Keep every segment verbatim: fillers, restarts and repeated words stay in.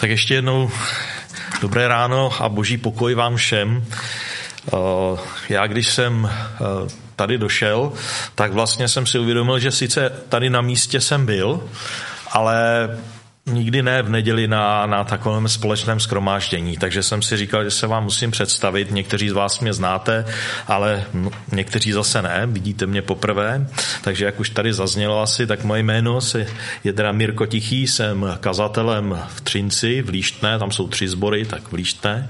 Tak ještě jednou dobré ráno a boží pokoj vám všem. Já když jsem tady došel, tak vlastně jsem si uvědomil, že sice tady na místě jsem byl, ale nikdy ne v neděli na, na takovém společném shromáždění, takže jsem si říkal, že se vám musím představit. Někteří z vás mě znáte, ale někteří zase ne, vidíte mě poprvé, takže jak už tady zaznělo asi, tak moje jméno je teda Mirko Tichý, jsem kazatelem v Třinci, v Líštné, tam jsou tři sbory, tak v Líštné.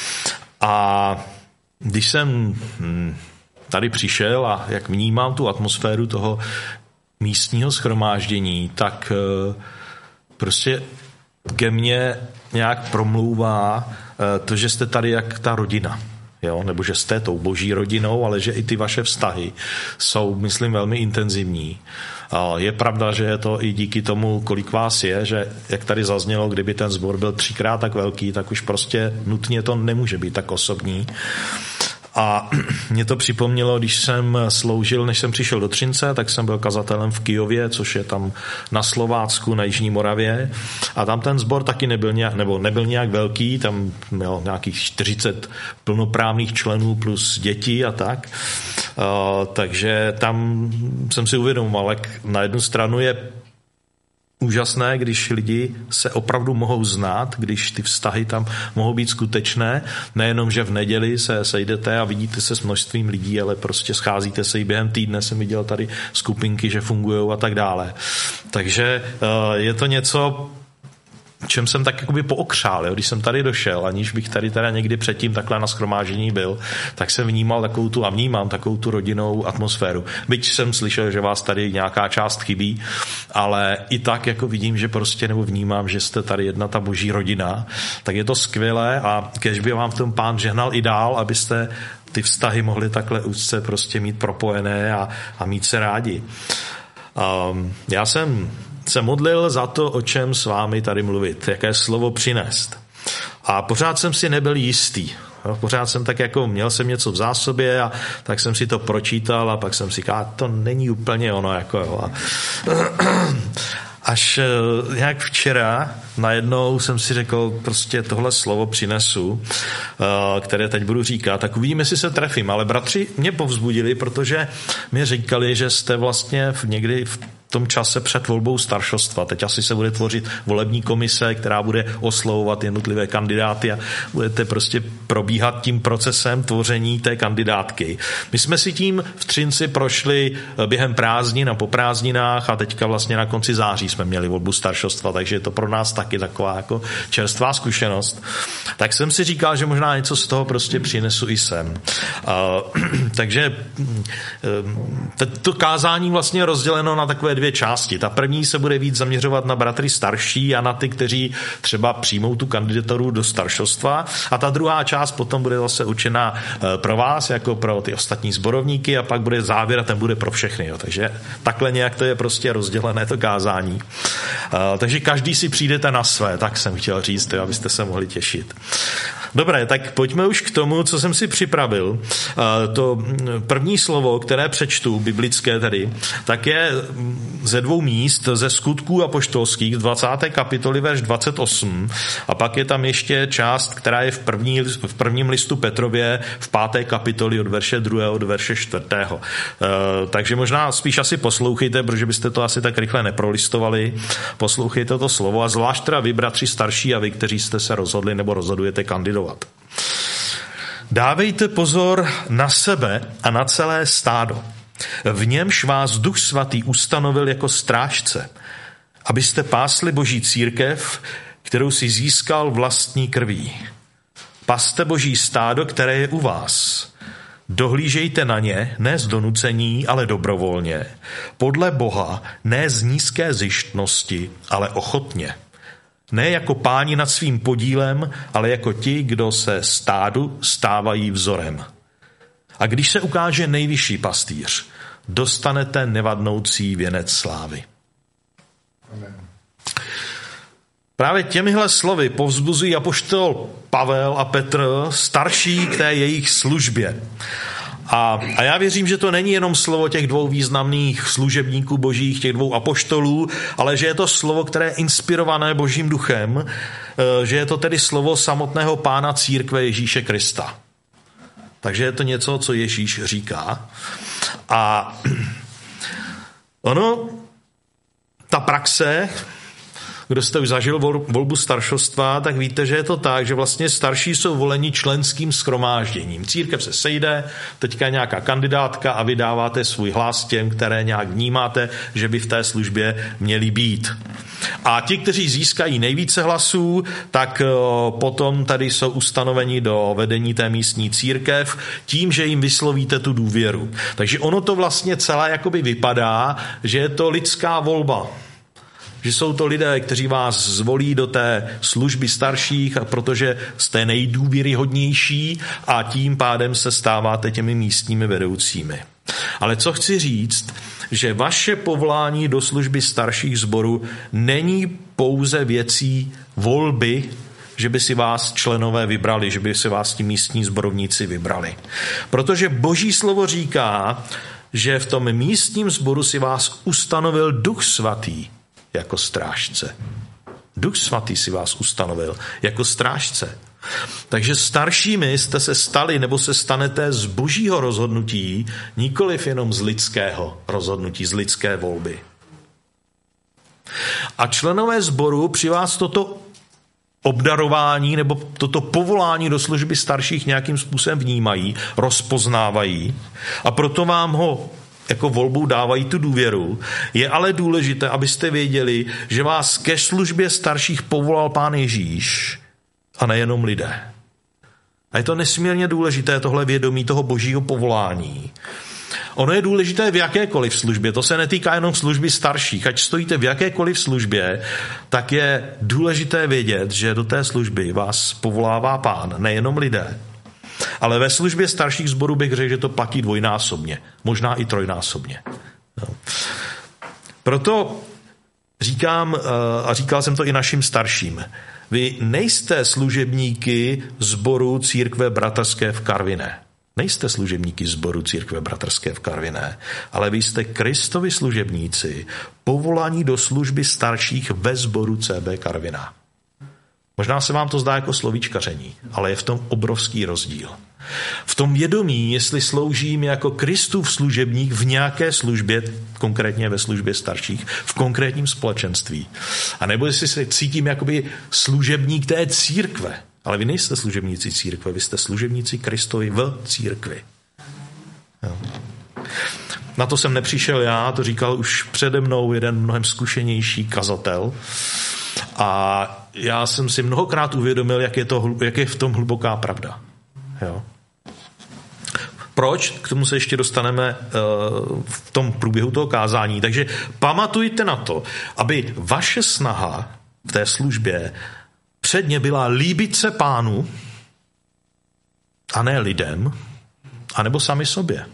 A když jsem tady přišel a jak vnímám tu atmosféru toho místního shromáždění, tak prostě ke mně nějak promlouvá to, že jste tady jak ta rodina, jo? Nebo že jste tou boží rodinou, ale že i ty vaše vztahy jsou, myslím, velmi intenzivní. Je pravda, že je to i díky tomu, kolik vás je, že jak tady zaznělo, kdyby ten sbor byl třikrát tak velký, tak už prostě nutně to nemůže být tak osobní. A mě to připomnělo, když jsem sloužil, než jsem přišel do Třince, tak jsem byl kazatelem v Kyjově, což je tam na Slovácku, na Jižní Moravě. A tam ten sbor taky nebyl nějak, nebo nebyl nějak velký, tam měl nějakých čtyřicet plnoprávných členů plus děti a tak. Uh, takže tam jsem si uvědomoval, jak na jednu stranu je úžasné, když lidi se opravdu mohou znát, když ty vztahy tam mohou být skutečné. Nejenom, že v neděli se sejdete a vidíte se s množstvím lidí, ale prostě scházíte se i během týdne. Jsem viděl tady skupinky, že fungují a tak dále. Takže je to něco, čem jsem tak jakoby pookřál, jo? Když jsem tady došel, aniž bych tady teda někdy předtím takhle na shromáždění byl, tak jsem vnímal takovou tu a vnímám takovou tu rodinnou atmosféru. Byť jsem slyšel, že vás tady nějaká část chybí, ale i tak jako vidím, že prostě nebo vnímám, že jste tady jedna ta boží rodina, tak je to skvělé a kéž by vám v tom Pán žehnal i dál, abyste ty vztahy mohli takhle úzce prostě mít propojené a, a mít se rádi. Um, já jsem se modlil za to, o čem s vámi tady mluvit, jaké slovo přinést. A pořád jsem si nebyl jistý. Jo, pořád jsem tak jako, měl jsem něco v zásobě a tak jsem si to pročítal a pak jsem si říkal, to není úplně ono. Jako, jo. A až nějak včera najednou jsem si řekl, prostě tohle slovo přinesu, které teď budu říkat, tak uvidíme, jestli se trefím. Ale bratři mě povzbudili, protože mi říkali, že jste vlastně v někdy v tom čase před volbou staršostva. Teď asi se bude tvořit volební komise, která bude oslovovat jednotlivé kandidáty a budete prostě probíhat tím procesem tvoření té kandidátky. My jsme si tím v Třinci prošli během prázdnin a po prázdninách a teďka vlastně na konci září jsme měli volbu staršostva, takže je to pro nás taky taková jako čerstvá zkušenost. Tak jsem si říkal, že možná něco z toho prostě přinesu i sem. Uh, takže uh, to kázání vlastně je rozděleno na takové dvě části. Ta první se bude víc zaměřovat na bratry starší a na ty, kteří třeba přijmou tu kandidaturu do staršostva. A ta druhá část potom bude zase určená pro vás, jako pro ty ostatní sborovníky a pak bude závěr a ten bude pro všechny. Jo. Takže takhle nějak to je prostě rozdělené to kázání. Uh, takže každý si přijdete na své, tak jsem chtěl říct, jo, abyste se mohli těšit. Dobré, tak pojďme už k tomu, co jsem si připravil. To první slovo, které přečtu, biblické tedy, tak je ze dvou míst, ze Skutků apoštolských, dvacáté kapitoly, verš dvacet osm. A pak je tam ještě část, která je v, první, v prvním listu Petrově, v páté kapitoli od verše druhého do verše čtvrtého. Takže možná spíš asi poslouchejte, protože byste to asi tak rychle neprolistovali. Poslouchejte to slovo a zvlášť teda vy, bratři starší a vy, kteří jste se rozhodli nebo rozhodujete kandidovat. Dávejte pozor na sebe a na celé stádo. V němž vás Duch Svatý ustanovil jako strážce, abyste pásli Boží církev, kterou si získal vlastní krví. Paste Boží stádo, které je u vás. Dohlížejte na ně, ne z donucení, ale dobrovolně. Podle Boha, ne z nízké zištnosti, ale ochotně. Ne jako páni nad svým podílem, ale jako ti, kdo se stádu stávají vzorem. A když se ukáže nejvyšší pastýř, dostanete nevadnoucí věnec slávy. Amen. Právě těmihle slovy povzbuzují apoštol Pavel a Petr starší k té jejich službě. A, a já věřím, že to není jenom slovo těch dvou významných služebníků božích, těch dvou apoštolů, ale že je to slovo, které je inspirované Božím duchem, že je to tedy slovo samotného Pána církve Ježíše Krista. Takže je to něco, co Ježíš říká. A ono, ta praxe, kdo jste už zažil volbu staršostva, tak víte, že je to tak, že vlastně starší jsou voleni členským shromážděním. Církev se sejde, teďka je nějaká kandidátka a vy dáváte svůj hlas těm, které nějak vnímáte, že by v té službě měli být. A ti, kteří získají nejvíce hlasů, tak potom tady jsou ustanoveni do vedení té místní církev tím, že jim vyslovíte tu důvěru. Takže ono to vlastně celé jakoby vypadá, že je to lidská volba. Že jsou to lidé, kteří vás zvolí do té služby starších, protože jste nejdůvěryhodnější a tím pádem se stáváte těmi místními vedoucími. Ale co chci říct, že vaše povolání do služby starších sborů není pouze věcí volby, že by si vás členové vybrali, že by si vás ti místní sborovníci vybrali. Protože Boží slovo říká, že v tom místním sboru si vás ustanovil Duch Svatý jako strážce. Duch Svatý si vás ustanovil jako strážce. Takže staršími jste se stali nebo se stanete z božího rozhodnutí, nikoliv jenom z lidského rozhodnutí, z lidské volby. A členové sboru při vás toto obdarování nebo toto povolání do služby starších nějakým způsobem vnímají, rozpoznávají a proto vám ho jako volbou dávají tu důvěru. Je ale důležité, abyste věděli, že vás ke službě starších povolal Pán Ježíš a nejenom lidé. A je to nesmírně důležité, tohle vědomí toho božího povolání. Ono je důležité v jakékoliv službě, to se netýká jenom služby starších. Ať stojíte v jakékoliv službě, tak je důležité vědět, že do té služby vás povolává Pán, nejenom lidé. Ale ve službě starších sborů bych řekl, že to platí dvojnásobně, možná i trojnásobně. No. Proto říkám, a říkal jsem to i našim starším, vy nejste služebníky sboru církve bratrské v Karviné. Nejste služebníky sboru církve bratrské v Karviné, ale vy jste Kristovi služebníci, povolaní do služby starších ve sboru C B Karviná. Možná se vám to zdá jako slovíčkaření, ale je v tom obrovský rozdíl. V tom vědomí, jestli sloužím jako Kristův služebník v nějaké službě, konkrétně ve službě starších, v konkrétním společenství, a nebo jestli se cítím jakoby služebník té církve, ale vy nejste služebníci církve, vy jste služebníci Kristovi v církvi. Jo. Na to jsem nepřišel já, to říkal už přede mnou jeden mnohem zkušenější kazatel. A já jsem si mnohokrát uvědomil, jak je, to, jak je v tom hluboká pravda. Jo. Proč? K tomu se ještě dostaneme uh, v tom průběhu toho kázání. Takže pamatujte na to, aby vaše snaha v té službě předně byla líbit se Pánu a ne lidem, anebo sami sobě.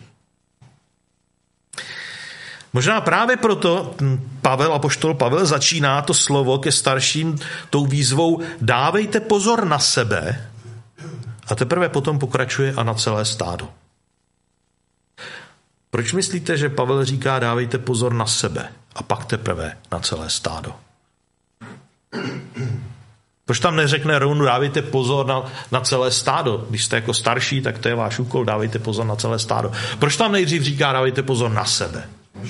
Možná právě proto Pavel, apoštol Pavel, začíná to slovo ke starším tou výzvou dávejte pozor na sebe a teprve potom pokračuje a na celé stádo. Proč myslíte, že Pavel říká dávejte pozor na sebe a pak teprve na celé stádo? Proč tam neřekne rovnou dávejte pozor na, na celé stádo? Když jste jako starší, tak to je váš úkol, dávejte pozor na celé stádo. Proč tam nejdřív říká dávejte pozor na sebe?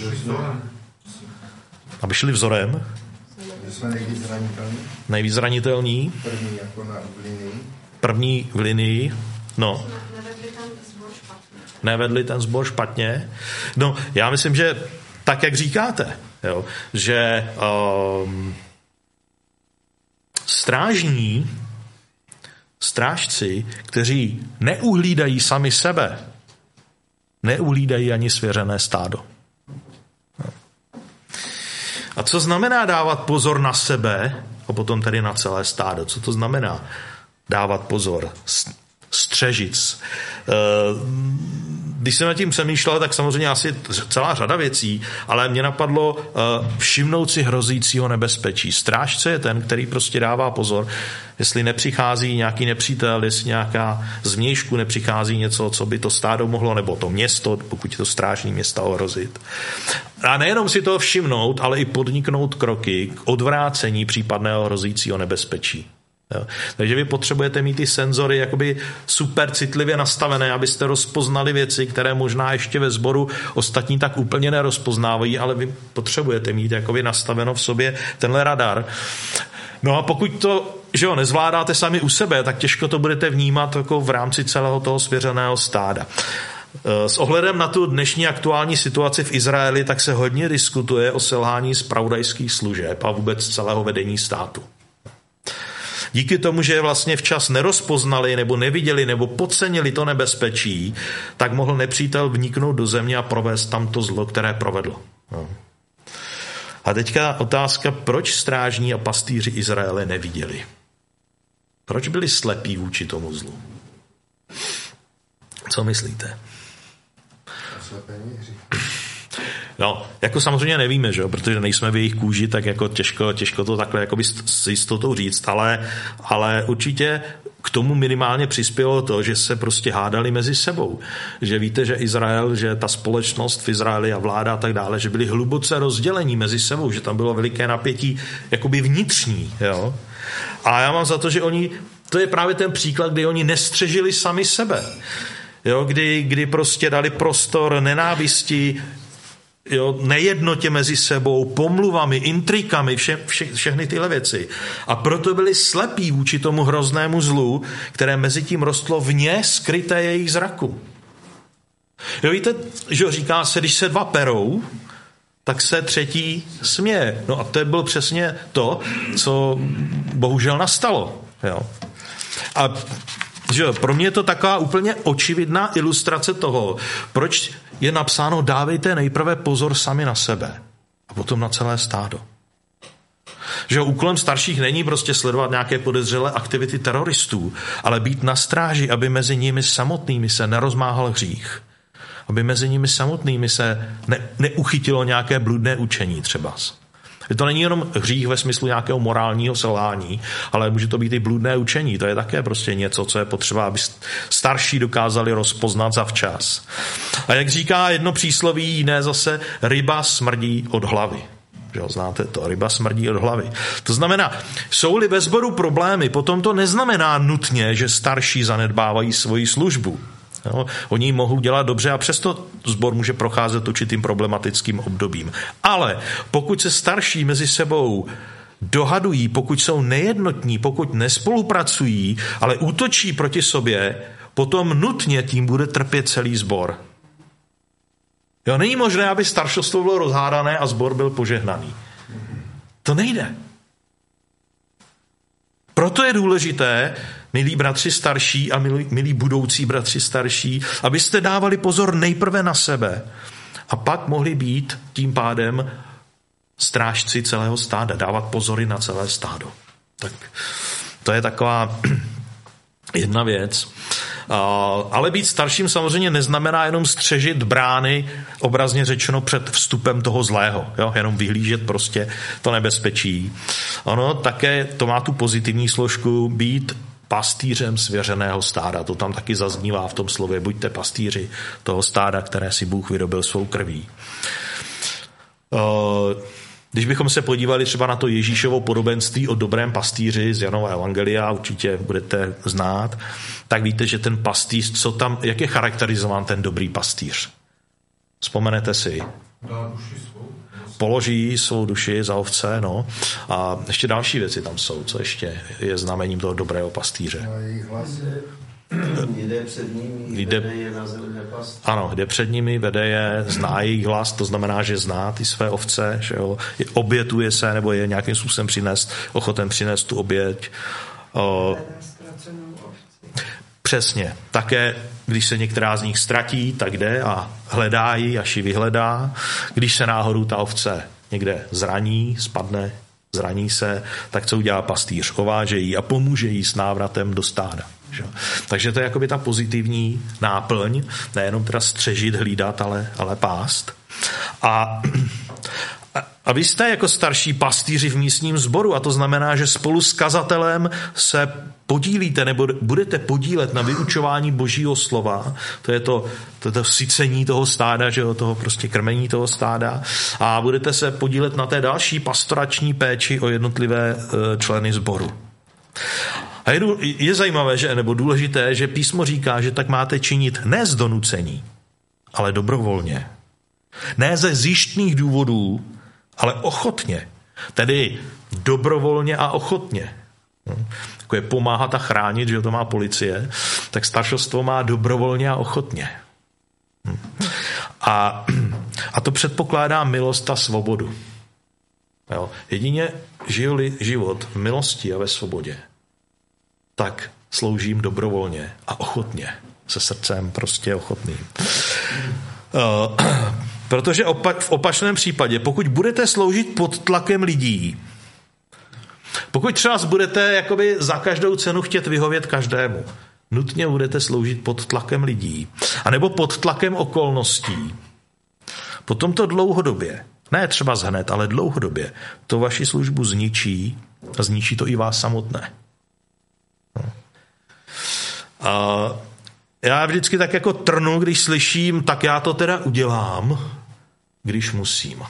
Aby šli vzorem. Jsme nejvíc zranitelní. Nejvíc zranitelní. První jako na v linii. První v linii. No. Nevedli ten sbor špatně. Nevedli ten sbor špatně. No, já myslím, že tak, jak říkáte, jo, že um, strážní, strážci, kteří neuhlídají sami sebe, neuhlídají ani svěřené stádo. A co znamená dávat pozor na sebe a potom tedy na celé stádo? Co to znamená dávat pozor, střežit? když jsem nad tím přemýšlel, tak samozřejmě asi celá řada věcí, ale mě napadlo uh, všimnout si hrozícího nebezpečí. Strážce je ten, který prostě dává pozor, jestli nepřichází nějaký nepřítel, jestli nějaká zvnějšku nepřichází něco, co by to stádo mohlo, nebo to město, pokud je to strážní města, ohrozit. A nejenom si to všimnout, ale i podniknout kroky k odvrácení případného hrozícího nebezpečí. Jo. Takže vy potřebujete mít ty senzory jakoby super citlivě nastavené, abyste rozpoznali věci, které možná ještě ve sboru ostatní tak úplně nerozpoznávají, ale vy potřebujete mít jakoby nastaveno v sobě tenhle radar. No a pokud to, že jo, nezvládáte sami u sebe, tak těžko to budete vnímat jako v rámci celého toho svěřeného stáda. S ohledem na tu dnešní aktuální situaci v Izraeli, tak se hodně diskutuje o selhání zpravodajských služeb a vůbec celého vedení státu. Díky tomu, že je vlastně včas nerozpoznali nebo neviděli nebo podcenili to nebezpečí, tak mohl nepřítel vniknout do země a provést tam to zlo, které provedl. No. A teďka otázka, proč strážní a pastýři Izraele neviděli? Proč byli slepí vůči tomu zlu? Co myslíte? No, jako samozřejmě nevíme, že jo, protože nejsme v jejich kůži, tak jako těžko, těžko to takhle jakoby s jistotou říct, ale, ale určitě k tomu minimálně přispělo to, že se prostě hádali mezi sebou. Že víte, že Izrael, že ta společnost v Izraeli a vláda a tak dále, že byli hluboce rozdělení mezi sebou, že tam bylo veliké napětí jakoby vnitřní, jo. A já mám za to, že oni, to je právě ten příklad, kdy oni nestřežili sami sebe. Jo, kdy, kdy prostě dali prostor nenávisti, jo, nejednotě mezi sebou, pomluvami, intrikami, vše, vše, všechny tyhle věci. A proto byli slepí vůči tomu hroznému zlu, které mezi tím rostlo vně skryté jejich zraku. Jo, víte, že říká se, když se dva perou, tak se třetí směje. No a to bylo přesně to, co bohužel nastalo. Jo. A že pro mě je to taková úplně očividná ilustrace toho, proč je napsáno dávejte nejprve pozor sami na sebe a potom na celé stádo. Že úkolem starších není prostě sledovat nějaké podezřelé aktivity teroristů, ale být na stráži, aby mezi nimi samotnými se nerozmáhal hřích. Aby mezi nimi samotnými se ne, neuchytilo nějaké bludné učení třeba. To není jenom hřích ve smyslu nějakého morálního selhání, ale může to být i bludné učení. To je také prostě něco, co je potřeba, aby starší dokázali rozpoznat zavčas. A jak říká jedno přísloví, jiné zase, ryba smrdí od hlavy. Že, znáte to, ryba smrdí od hlavy. To znamená, jsou-li ve sboru problémy, potom to neznamená nutně, že starší zanedbávají svoji službu. Jo, oni mohou dělat dobře a přesto sbor může procházet určitým problematickým obdobím. Ale pokud se starší mezi sebou dohadují, pokud jsou nejednotní, pokud nespolupracují, ale útočí proti sobě, potom nutně tím bude trpět celý sbor. Jo, není možné, aby staršostvo bylo rozhádané a sbor byl požehnaný. To nejde. Proto je důležité, milí bratři starší a milí, milí budoucí bratři starší, abyste dávali pozor nejprve na sebe a pak mohli být tím pádem strážci celého stáda, dávat pozory na celé stádo. Tak to je taková jedna věc. Ale být starším samozřejmě neznamená jenom střežit brány, obrazně řečeno před vstupem toho zlého, jo? Jenom vyhlížet prostě to nebezpečí. Ono také to má tu pozitivní složku být pastýřem svěřeného stáda. To tam taky zaznívá v tom slově, buďte pastýři toho stáda, které si Bůh vyrobil svou krví. Když bychom se podívali třeba na to Ježíšovo podobenství o dobrém pastýři z Janova evangelia, určitě budete znát, tak víte, že ten pastýř, co tam, jak je charakterizován ten dobrý pastýř? Vzpomenete si? Položí svou duši za ovce, no. A ještě další věci tam jsou, co ještě je znamením toho dobrého pastýře. Jde před nimi, jde, vede je na zelené pastě. Ano, jde před nimi, vede je, zná jejich hlas, to znamená, že zná ty své ovce, že jo, obětuje se, nebo je nějakým způsobem přinést, ochoten přinést tu oběť. O, přesně. Také, když se některá z nich ztratí, tak jde a hledá ji, až ji vyhledá. Když se náhodou ta ovce někde zraní, spadne, zraní se, tak co udělá pastýř? Ováže ji a pomůže jí s návratem do stáda. Že? Takže to je jakoby ta pozitivní náplň, nejenom teda střežit, hlídat, ale, ale pást. A, a vy jste jako starší pastýři v místním sboru a to znamená, že spolu s kazatelem se podílíte nebo budete podílet na vyučování Božího slova, to je to, to, je to sycení toho stáda, že jo, toho prostě krmení toho stáda a budete se podílet na té další pastorační péči o jednotlivé členy sboru. A je, je zajímavé, že, nebo důležité, že písmo říká, že tak máte činit ne z donucení, ale dobrovolně. Ne ze zištných důvodů, ale ochotně. Tedy dobrovolně a ochotně. Jako je pomáhat a chránit, že to má policie, tak staršostvo má dobrovolně a ochotně. A, a to předpokládá milost a svobodu. Jo. Jedině žiju-li život v milosti a ve svobodě, tak sloužím dobrovolně a ochotně. Se srdcem prostě ochotným. Uh, protože opa- v opačném případě, pokud budete sloužit pod tlakem lidí, pokud třeba budete jakoby za každou cenu chtět vyhovět každému, nutně budete sloužit pod tlakem lidí, anebo pod tlakem okolností, potom to dlouhodobě, ne třeba zhned, ale dlouhodobě, to vaši službu zničí a zničí to i vás samotné. No. A já vždycky tak jako trnu, když slyším, tak já to teda udělám, když musím.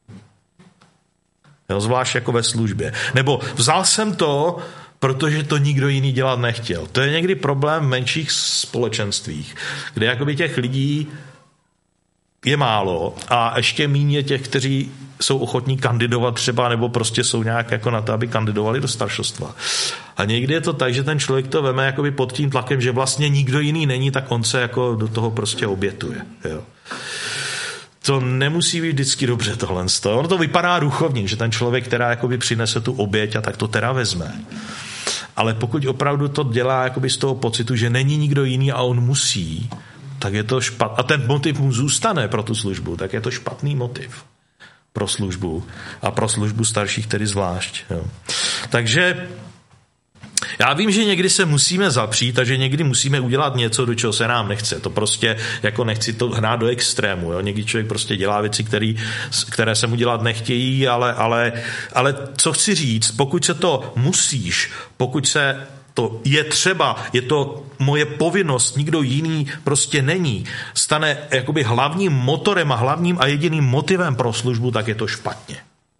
Jo, zvlášť jako ve službě. Nebo vzal jsem to, protože to nikdo jiný dělat nechtěl. To je někdy problém v menších společenstvích, kde jakoby těch lidí je málo a ještě míně těch, kteří jsou ochotní kandidovat třeba, nebo prostě jsou nějak jako na to, aby kandidovali do staršostva. A někdy je to tak, že ten člověk to veme jakoby pod tím tlakem, že vlastně nikdo jiný není, tak on se jako do toho prostě obětuje. Jo. To nemusí být vždycky dobře tohle. Ono to vypadá duchovně, že ten člověk, která jakoby přinese tu oběť a tak to teda vezme. Ale pokud opravdu to dělá jakoby z toho pocitu, že není nikdo jiný a on musí, tak je to špatný. A ten motiv mu zůstane pro tu službu, tak je to špatný motiv pro službu a pro službu starších tedy zvlášť. Jo. Takže já vím, že někdy se musíme zapřít a že někdy musíme udělat něco, do čeho se nám nechce. To prostě, jako nechci to hnát do extrému. Jo. Někdy člověk prostě dělá věci, který, které se mu dělat nechtějí, ale, ale, ale co chci říct, pokud se to musíš, pokud se to je třeba, je to moje povinnost, nikdo jiný prostě není, stane jakoby hlavním motorem a hlavním a jediným motivem pro službu, tak je to špatně.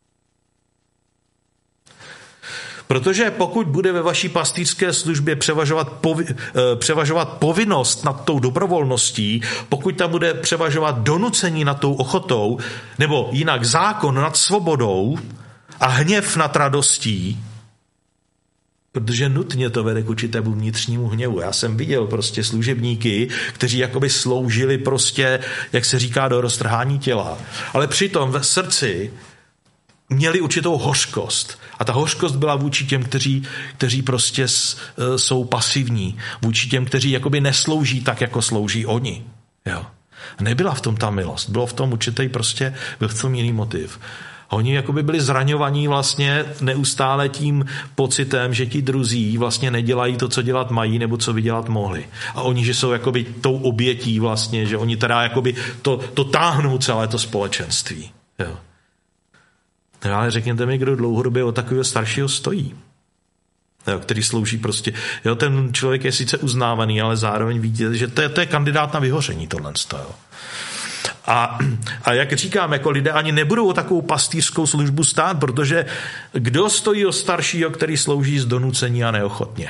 Protože pokud bude ve vaší pastýřské službě převažovat, povi, převažovat povinnost nad tou dobrovolností, pokud tam bude převažovat donucení nad tou ochotou, nebo jinak zákon nad svobodou a hněv nad radostí, protože nutně to vede k určitému vnitřnímu hněvu. Já jsem viděl prostě služebníky, kteří jakoby sloužili prostě, jak se říká, do roztrhání těla. Ale přitom ve srdci měli určitou hořkost. A ta hořkost byla vůči těm, kteří, kteří prostě s, e, jsou pasivní. Vůči těm, kteří jakoby neslouží tak, jako slouží oni. Jo. Nebyla v tom ta milost. Bylo v tom určitý prostě, byl v tom jiný motiv. Oni jakoby byli zraňovaní vlastně neustále tím pocitem, že ti druzí vlastně nedělají to, co dělat mají, nebo co by dělat mohli. A oni, že jsou jakoby tou obětí vlastně, že oni teda jakoby to, to táhnou celé to společenství. Jo. Ale řekněte mi, kdo dlouhodobě o takového staršího stojí. Jo, který slouží prostě. Jo, ten člověk je sice uznávaný, ale zároveň vidíte, že to je, to je kandidát na vyhoření tohle. Jo. A, a jak říkám, jako lidé ani nebudou o takovou pastýřskou službu stát, protože kdo stojí o staršího, který slouží z donucení a neochotně?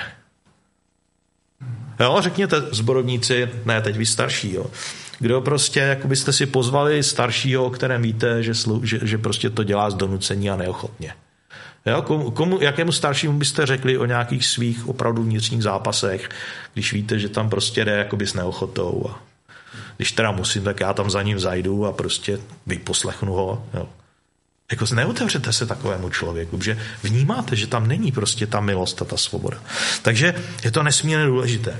Jo, řekněte zborovníci, ne teď vy starší, jo. Kdo prostě, jako byste si pozvali staršího, o kterém víte, že, slou, že, že prostě to dělá z donucení a neochotně. Jo, komu, komu, jakému staršímu byste řekli o nějakých svých opravdu vnitřních zápasech, když víte, že tam prostě jde jakoby s neochotou a když teda musím, tak já tam za ním zajdu a prostě vyposlechnu ho. Jo. Jako neotevřete se takovému člověku, protože vnímáte, že tam není prostě ta milost a ta svoboda. Takže je to nesmírně důležité.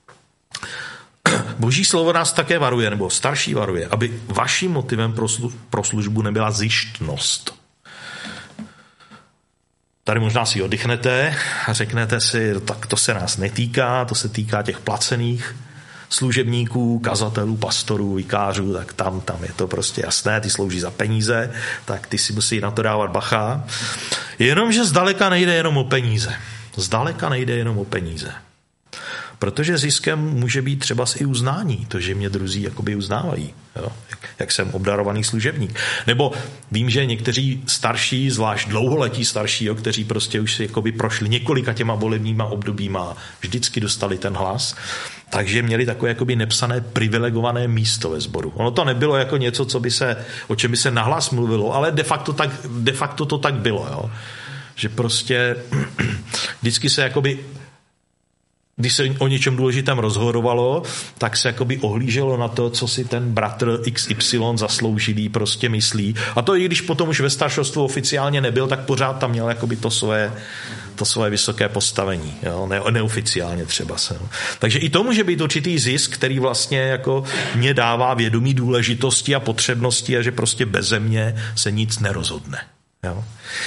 Boží slovo nás také varuje, nebo starší varuje, aby vaším motivem pro, slu, pro službu nebyla zištnost. tady možná si oddechnete a řeknete si, tak to se nás netýká, to se týká těch placených služebníků, kazatelů, pastorů, vikářů, tak tam, tam je to prostě jasné, ty slouží za peníze, tak ty si musí na to dávat bacha. Jenomže zdaleka nejde jenom o peníze. Zdaleka nejde jenom o peníze. Protože ziskem může být třeba i uznání, to, že mě druzí jakoby uznávají, jo? Jak, jak jsem obdarovaný služebník. Nebo vím, že někteří starší, zvlášť dlouholetí starší, jo, kteří prostě už si jakoby prošli několika těma volebníma obdobíma, vždycky dostali ten hlas, takže měli takové jakoby nepsané privilegované místo ve sboru. Ono to nebylo jako něco, co by se, o čem by se nahlas mluvilo, ale de facto, tak, de facto to tak bylo. Jo? Že prostě vždycky se jakoby když se o něčem důležitém rozhodovalo, tak se jakoby ohlíželo na to, co si ten bratr iks ypsilon zasloužilý prostě myslí. A to i když potom už ve staršostvu oficiálně nebyl, tak pořád tam měl jakoby to svoje, to svoje vysoké postavení. Jo? Ne, neoficiálně třeba se. Jo? Takže i to může být určitý zisk, který vlastně jako mě dává vědomí důležitosti a potřebnosti a že prostě beze mě se nic nerozhodne. Jo?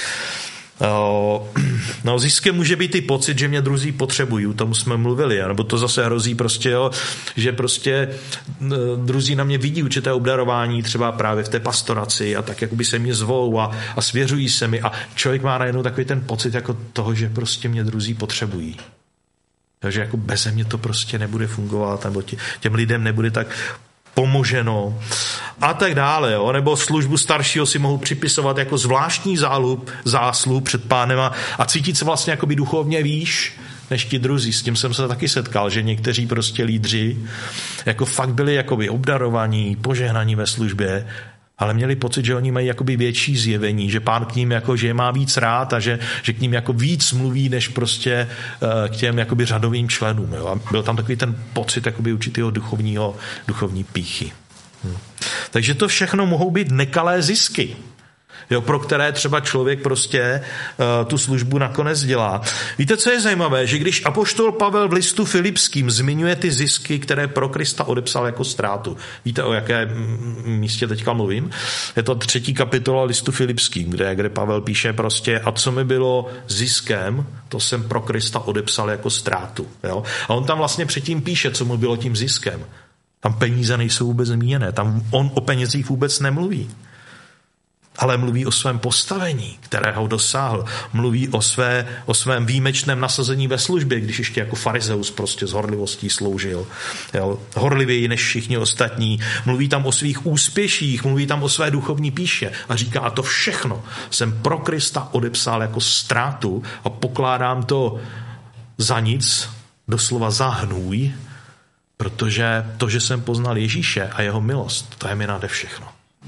No, ziskem může být i pocit, že mě druzí potřebují, o tom jsme mluvili, nebo to zase hrozí prostě, jo, že prostě druzí na mě vidí určité obdarování, třeba právě v té pastoraci a tak jakoby se mě zvou a, a svěřují se mi a člověk má najednou takový ten pocit jako toho, že prostě mě druzí potřebují. Takže jako beze mě to prostě nebude fungovat, nebo tě, těm lidem nebude tak pomoženo a tak dále. Jo? Nebo službu staršího si mohou připisovat jako zvláštní zálub, zásluh před pánem a, a cítit se vlastně jakoby duchovně výš než ti druzí. S tím jsem se taky setkal, že někteří prostě lídři jako fakt byli jakoby obdarovaní, požehnaní ve službě, ale měli pocit, že oni mají jakoby větší zjevení, že pán k ním jako, že je má víc rád a že, že k ním jako víc mluví, než prostě uh, k těm jakoby řadovým členům. Jo? A byl tam takový ten pocit jakoby určitého duchovního, duchovní pýchy. Hm. Takže to všechno mohou být nekalé zisky, jo, pro které třeba člověk prostě uh, tu službu nakonec dělá. Víte, co je zajímavé? Že když apoštol Pavel v listu Filipským zmiňuje ty zisky, které pro Krista odepsal jako ztrátu. Víte, o jaké místě teďka mluvím? Je to třetí kapitola listu Filipským, kde, kde Pavel píše prostě, a co mi bylo ziskem, to jsem pro Krista odepsal jako ztrátu. Jo? A on tam vlastně předtím píše, co mu bylo tím ziskem. Tam peníze nejsou vůbec zmíněné, tam on o penězích vůbec nemluví. Ale mluví o svém postavení, kterého dosáhl. Mluví o, své, o svém výjimečném nasazení ve službě, když ještě jako farizeus prostě s horlivostí sloužil. Jo, horlivěji než všichni ostatní. Mluví tam o svých úspěších, mluví tam o své duchovní píše a říká, a to všechno jsem pro Krista odepsal jako ztrátu a pokládám to za nic, doslova za hnůj, protože to, že jsem poznal Ježíše a jeho milost, to je mi nade všechno.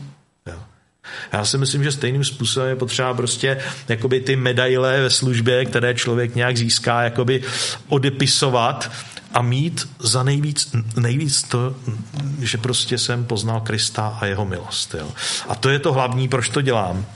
Já si myslím, že stejným způsobem je potřeba prostě jakoby ty medaile ve službě, které člověk nějak získá, jakoby odepisovat a mít za nejvíc, nejvíc to, že prostě jsem poznal Krista a jeho milost. Jo. A to je to hlavní, proč to dělám.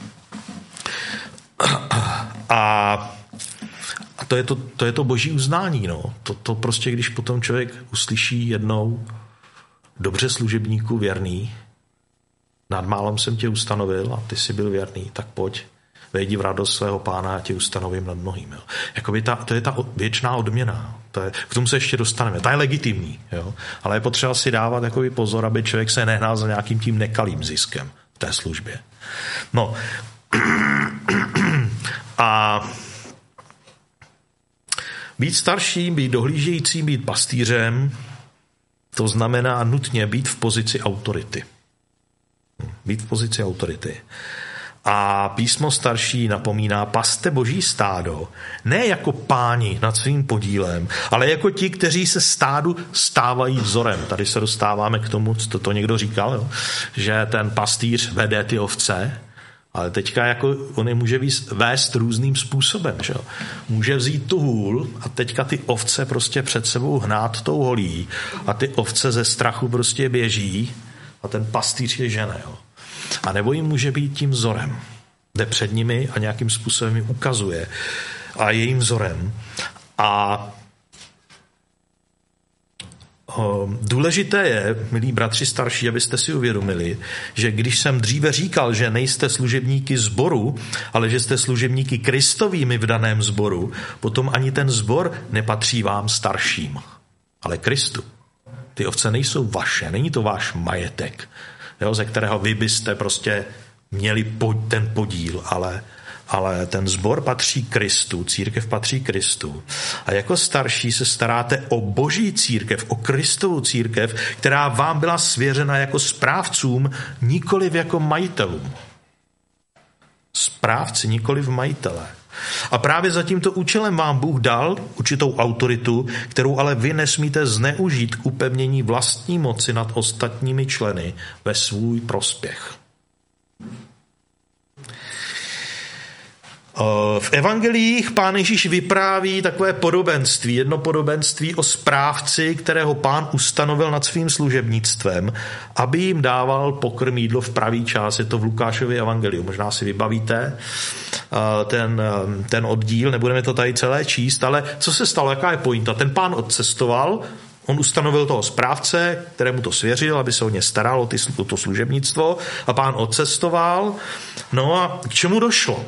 A, a to, je to, to je to boží uznání. No. To, to prostě, když potom člověk uslyší jednou dobře služebníku věrný, nad málem jsem tě ustanovil a ty jsi byl věrný, tak pojď, vejdi v radost svého pána a tě ustanovím nad mnohým. Jo. Jakoby ta, to je ta věčná odměna. To je, k tomu se ještě dostaneme. Ta je legitimní, jo. Ale je potřeba si dávat jakoby pozor, aby člověk se nehnal za nějakým tím nekalým ziskem v té službě. No. A být starším, být dohlížejícím, být pastýřem, to znamená nutně být v pozici autority. Být v pozici autority. A písmo starší napomíná, paste boží stádo, ne jako páni nad svým podílem, ale jako ti, kteří se stádu stávají vzorem. Tady se dostáváme k tomu, co to někdo říkal, jo? Že ten pastýř vede ty ovce, ale teďka jako on je může vést různým způsobem. Že jo? Může vzít tu hůl a teďka ty ovce prostě před sebou hnát tou holí a ty ovce ze strachu prostě běží a ten pastýř je žene. Jo? A nebo jim může být tím vzorem. Jde před nimi a nějakým způsobem jim ukazuje a je jim vzorem. A Důležité je, milí bratři starší, abyste si uvědomili, že když jsem dříve říkal, že nejste služebníky sboru, ale že jste služebníky Kristovými v daném sboru, potom ani ten sbor nepatří vám starším, ale Kristu. Ty ovce nejsou vaše, není to váš majetek, jo, ze kterého vy byste prostě měli ten podíl, ale ale ten sbor patří Kristu, církev patří Kristu. A jako starší se staráte o boží církev, o Kristovu církev, která vám byla svěřena jako správcům, nikoliv jako majitelům. Správci, nikoliv majitelé. A právě za tímto účelem vám Bůh dal určitou autoritu, kterou ale vy nesmíte zneužít k upevnění vlastní moci nad ostatními členy ve svůj prospěch. V evangeliích Pán Ježíš vypráví takové podobenství, jedno podobenství o správci, kterého Pán ustanovil nad svým služebnictvem, aby jim dával pokrm jídlo v pravý čas. Je to v Lukášově evangeliu. Možná si vybavíte ten, ten oddíl, nebudeme to tady celé číst, ale co se stalo, jaká je pointa? Ten Pán odcestoval, on ustanovil toho správce, kterému to svěřil, aby se o ně staral, o to služebnictvo, a Pán odcestoval. No a k čemu došlo?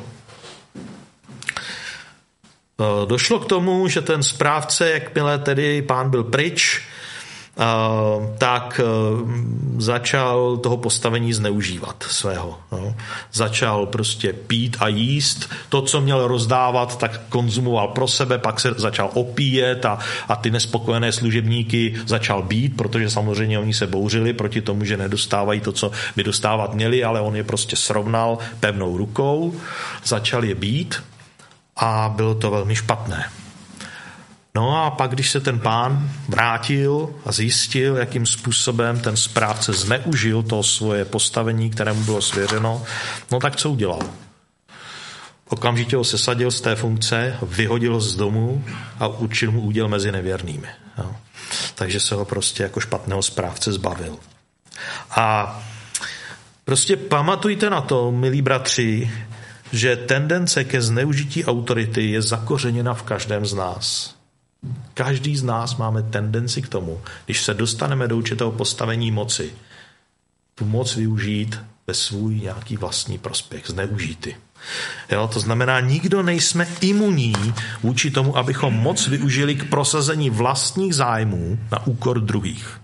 Došlo k tomu, že ten správce, jakmile tedy Pán byl pryč, tak začal toho postavení zneužívat svého. No. Začal prostě pít a jíst. To, co měl rozdávat, tak konzumoval pro sebe, pak se začal opíjet a, a ty nespokojené služebníky začal bít, protože samozřejmě oni se bouřili proti tomu, že nedostávají to, co by dostávat měli, ale on je prostě srovnal pevnou rukou, začal je bít a bylo to velmi špatné. No a pak, když se ten pán vrátil a zjistil, jakým způsobem ten správce zneužil to svoje postavení, kterému bylo svěřeno, no tak co udělal? Okamžitě ho sesadil z té funkce, vyhodil z domu a určil mu úděl mezi nevěrnými. No. Takže se ho prostě jako špatného správce zbavil. A prostě pamatujte na to, milí bratři, že tendence ke zneužití autority je zakořeněna v každém z nás. Každý z nás máme tendenci k tomu, když se dostaneme do určitého postavení moci, tu moc využít ve svůj nějaký vlastní prospěch, zneužít. Jo, to znamená, nikdo nejsme imunní vůči tomu, abychom moc využili k prosazení vlastních zájmů na úkor druhých.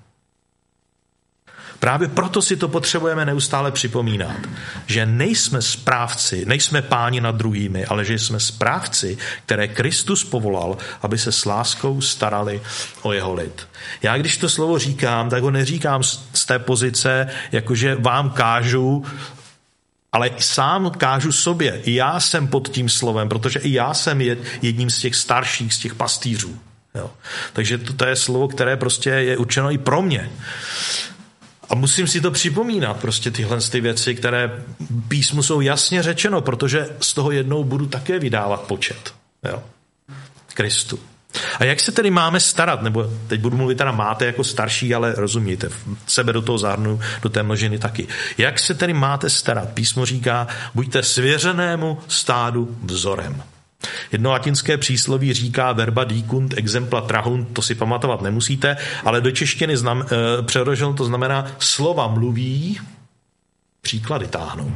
Právě proto si to potřebujeme neustále připomínat, že nejsme správci, nejsme páni nad druhými, ale že jsme správci, které Kristus povolal, aby se s láskou starali o jeho lid. Já když to slovo říkám, tak ho neříkám z té pozice, jakože vám kážu, ale sám kážu sobě. I já jsem pod tím slovem, protože i já jsem jedním z těch starších, z těch pastýřů. Jo. Takže to, to je slovo, které prostě je určeno i pro mě. A musím si to připomínat, prostě tyhle ty věci, které písmu jsou jasně řečeno, protože z toho jednou budu také vydávat počet. Jo. Kristu. A jak se tedy máme starat, nebo teď budu mluvit teda máte jako starší, ale rozumíte, sebe do toho zahrnu, do té množiny taky. Jak se tedy máte starat? Písmo říká, buďte svěřenému stádu vzorem. Jedno latinské přísloví říká verba dicunt exempla trahunt, to si pamatovat nemusíte, ale do češtiny znam, e, přeloženo to znamená slova mluví, příklady táhnou.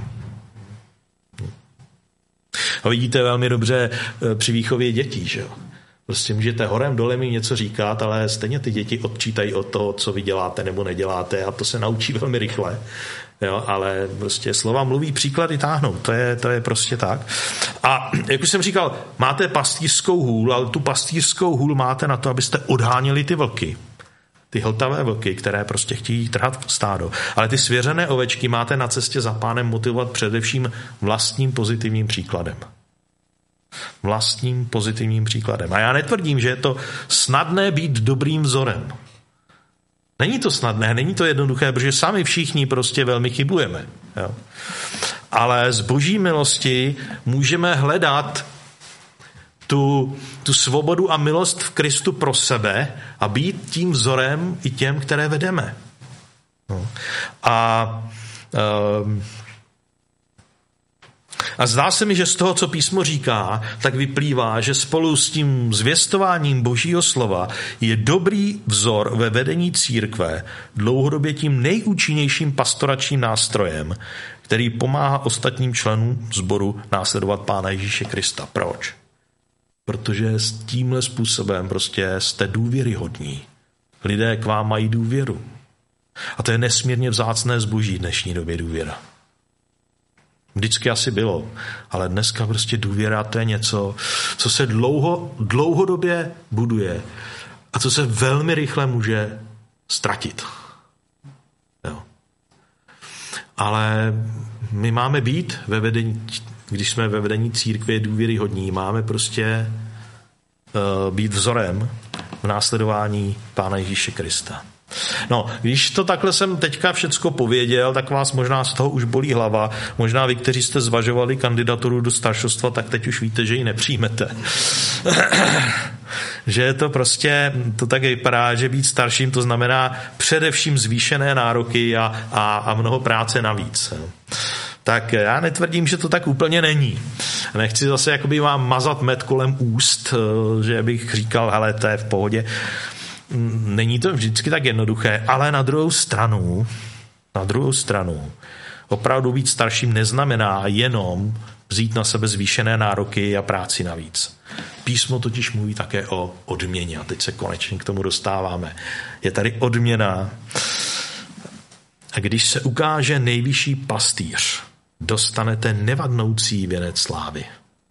A vidíte velmi dobře e, při výchově dětí, že jo? Prostě můžete horem dolem jim něco říkat, ale stejně ty děti odčítají od toho, co vy děláte nebo neděláte a to se naučí velmi rychle. Jo, ale prostě slova mluví, příklady táhnou. To je, to je prostě tak. A jak už jsem říkal, máte pastýřskou hůl, ale tu pastýřskou hůl máte na to, abyste odháněli ty vlky. Ty hltavé vlky, které prostě chtějí trhat stádo. Ale ty svěřené ovečky máte na cestě za pánem motivovat především vlastním pozitivním příkladem. Vlastním pozitivním příkladem. A já netvrdím, že je to snadné být dobrým vzorem. Není to snadné, není to jednoduché, protože sami všichni prostě velmi chybujeme. Jo. Ale z boží milosti můžeme hledat tu, tu svobodu a milost v Kristu pro sebe a být tím vzorem i těm, které vedeme. No. A um, A zdá se mi, že z toho, co písmo říká, tak vyplývá, že spolu s tím zvěstováním Božího slova je dobrý vzor ve vedení církve dlouhodobě tím nejúčinnějším pastoračním nástrojem, který pomáhá ostatním členům sboru následovat Pána Ježíše Krista. Proč? Protože s tímhle způsobem prostě jste důvěryhodní. Lidé k vám mají důvěru. A to je nesmírně vzácné zboží v dnešní době důvěra. Vždycky asi bylo, ale dneska prostě důvěra to je něco, co se dlouho, dlouhodobě buduje a co se velmi rychle může ztratit. Jo. Ale my máme být ve vedení, když jsme ve vedení církve důvěryhodní, máme prostě uh, být vzorem v následování Pána Ježíše Krista. No, když to takhle jsem teďka všecko pověděl, tak vás možná z toho už bolí hlava. Možná vy, kteří jste zvažovali kandidaturu do staršostva, tak teď už víte, že ji nepřijmete. Že je to prostě, to tak vypadá, že být starším, to znamená především zvýšené nároky a, a, a mnoho práce navíc. Tak já netvrdím, že to tak úplně není. Nechci zase jakoby vám mazat med kolem úst, že bych říkal, hele, to je v pohodě. Není to vždycky tak jednoduché, ale na druhou stranu, na druhou stranu, opravdu být starším neznamená jenom vzít na sebe zvýšené nároky a práci navíc. Písmo totiž mluví také o odměně a teď se konečně k tomu dostáváme. Je tady odměna a když se ukáže nejvyšší pastýř, dostanete nevadnoucí věnec slávy.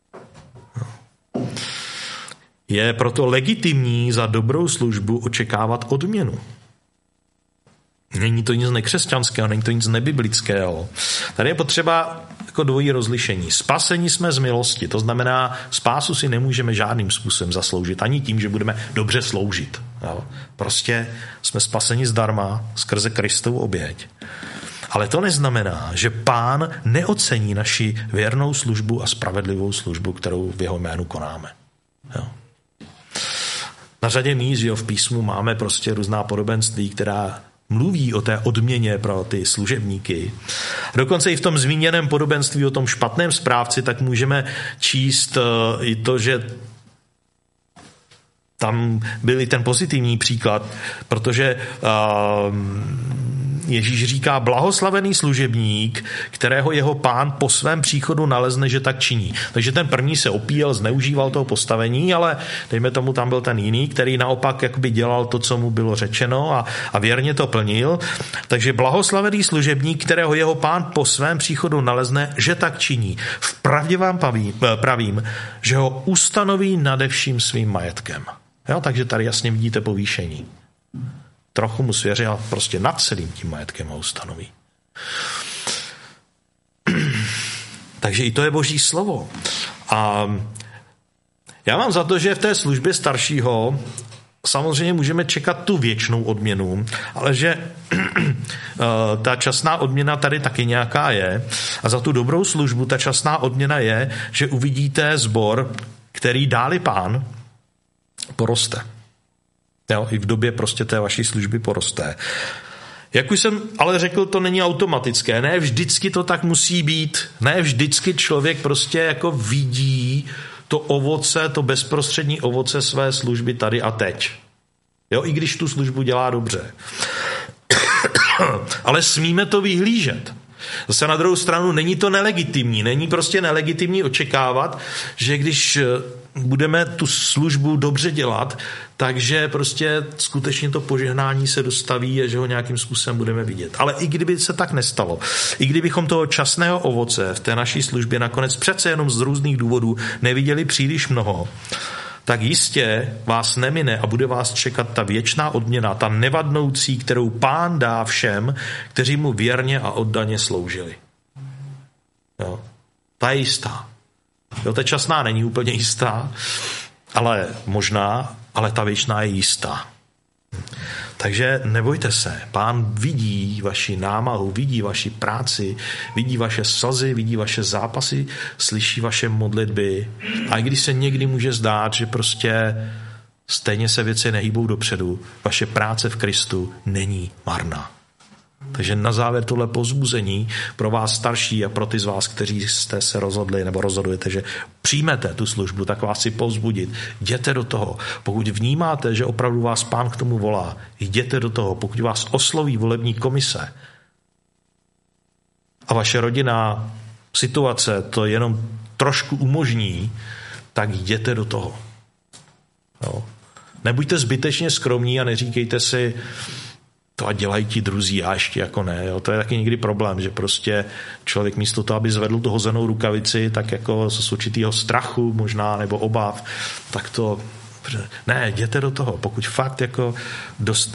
Je proto legitimní za dobrou službu očekávat odměnu. Není to nic nekřesťanského, není to nic nebiblického. Tady je potřeba jako dvojí rozlišení. Spasení jsme z milosti, to znamená, spásu si nemůžeme žádným způsobem zasloužit, ani tím, že budeme dobře sloužit. Jo? Prostě jsme spaseni zdarma skrze Kristovu oběť. Ale to neznamená, že Pán neocení naši věrnou službu a spravedlivou službu, kterou v jeho jménu konáme. Jo? Na řadě míst, že v písmu máme prostě různá podobenství, která mluví o té odměně pro ty služebníky. Dokonce i v tom zmíněném podobenství o tom špatném správci, tak můžeme číst i to, že tam byl i ten pozitivní příklad, protože uh, Ježíš říká, blahoslavený služebník, kterého jeho pán po svém příchodu nalezne, že tak činí. Takže ten první se opíjel, zneužíval toho postavení, ale dejme tomu, tam byl ten jiný, který naopak jakoby dělal to, co mu bylo řečeno a, a věrně to plnil. Takže blahoslavený služebník, kterého jeho pán po svém příchodu nalezne, že tak činí. Vpravdě vám pravím, pravím, že ho ustanoví nade vším svým majetkem. Jo, takže tady jasně vidíte povýšení. Trochu mu svěří a prostě nad celým tím majetkem ho ustanoví. Takže i to je Boží slovo. A já mám za to, že v té službě staršího samozřejmě můžeme čekat tu věčnou odměnu, ale že ta časná odměna tady taky nějaká je. A za tu dobrou službu ta časná odměna je, že uvidíte sbor, který dáli Pán, poroste. Jo, i v době prostě té vaší služby poroste. Jak už jsem ale řekl, to není automatické. Ne vždycky to tak musí být. Ne vždycky člověk prostě jako vidí to ovoce, to bezprostřední ovoce své služby tady a teď. Jo, i když tu službu dělá dobře. Ale smíme to vyhlížet. Zase na druhou stranu není to nelegitimní. Není prostě nelegitimní očekávat, že když budeme tu službu dobře dělat, takže prostě skutečně to požehnání se dostaví a že ho nějakým způsobem budeme vidět. Ale i kdyby se tak nestalo, i kdybychom toho časného ovoce v té naší službě nakonec přece jenom z různých důvodů neviděli příliš mnoho, tak jistě vás nemine a bude vás čekat ta věčná odměna, ta nevadnoucí, kterou Pán dá všem, kteří mu věrně a oddaně sloužili. Jo. Ta je jistá. Jo, ta časná není úplně jistá, ale možná, ale ta věčná je jistá. Takže nebojte se, Pán vidí vaši námahu, vidí vaši práci, vidí vaše slzy, vidí vaše zápasy, slyší vaše modlitby. A i když se někdy může zdát, že prostě stejně se věci nehýbou dopředu, vaše práce v Kristu není marná. Takže na závěr tohle povzbuzení pro vás starší a pro ty z vás, kteří jste se rozhodli nebo rozhodujete, že přijmete tu službu, tak vás si povzbudit. Jděte do toho. Pokud vnímáte, že opravdu vás Pán k tomu volá, jděte do toho. Pokud vás osloví volební komise a vaše rodinná situace to jenom trošku umožní, tak jděte do toho. Jo. Nebuďte zbytečně skromní a neříkejte si, to a dělají ti druzí, já ještě jako ne. Jo. To je taky někdy problém, že prostě člověk místo toho, aby zvedl tu hozenou rukavici, tak jako z určitého strachu možná nebo obav, tak to ne, jděte do toho. Pokud fakt jako dost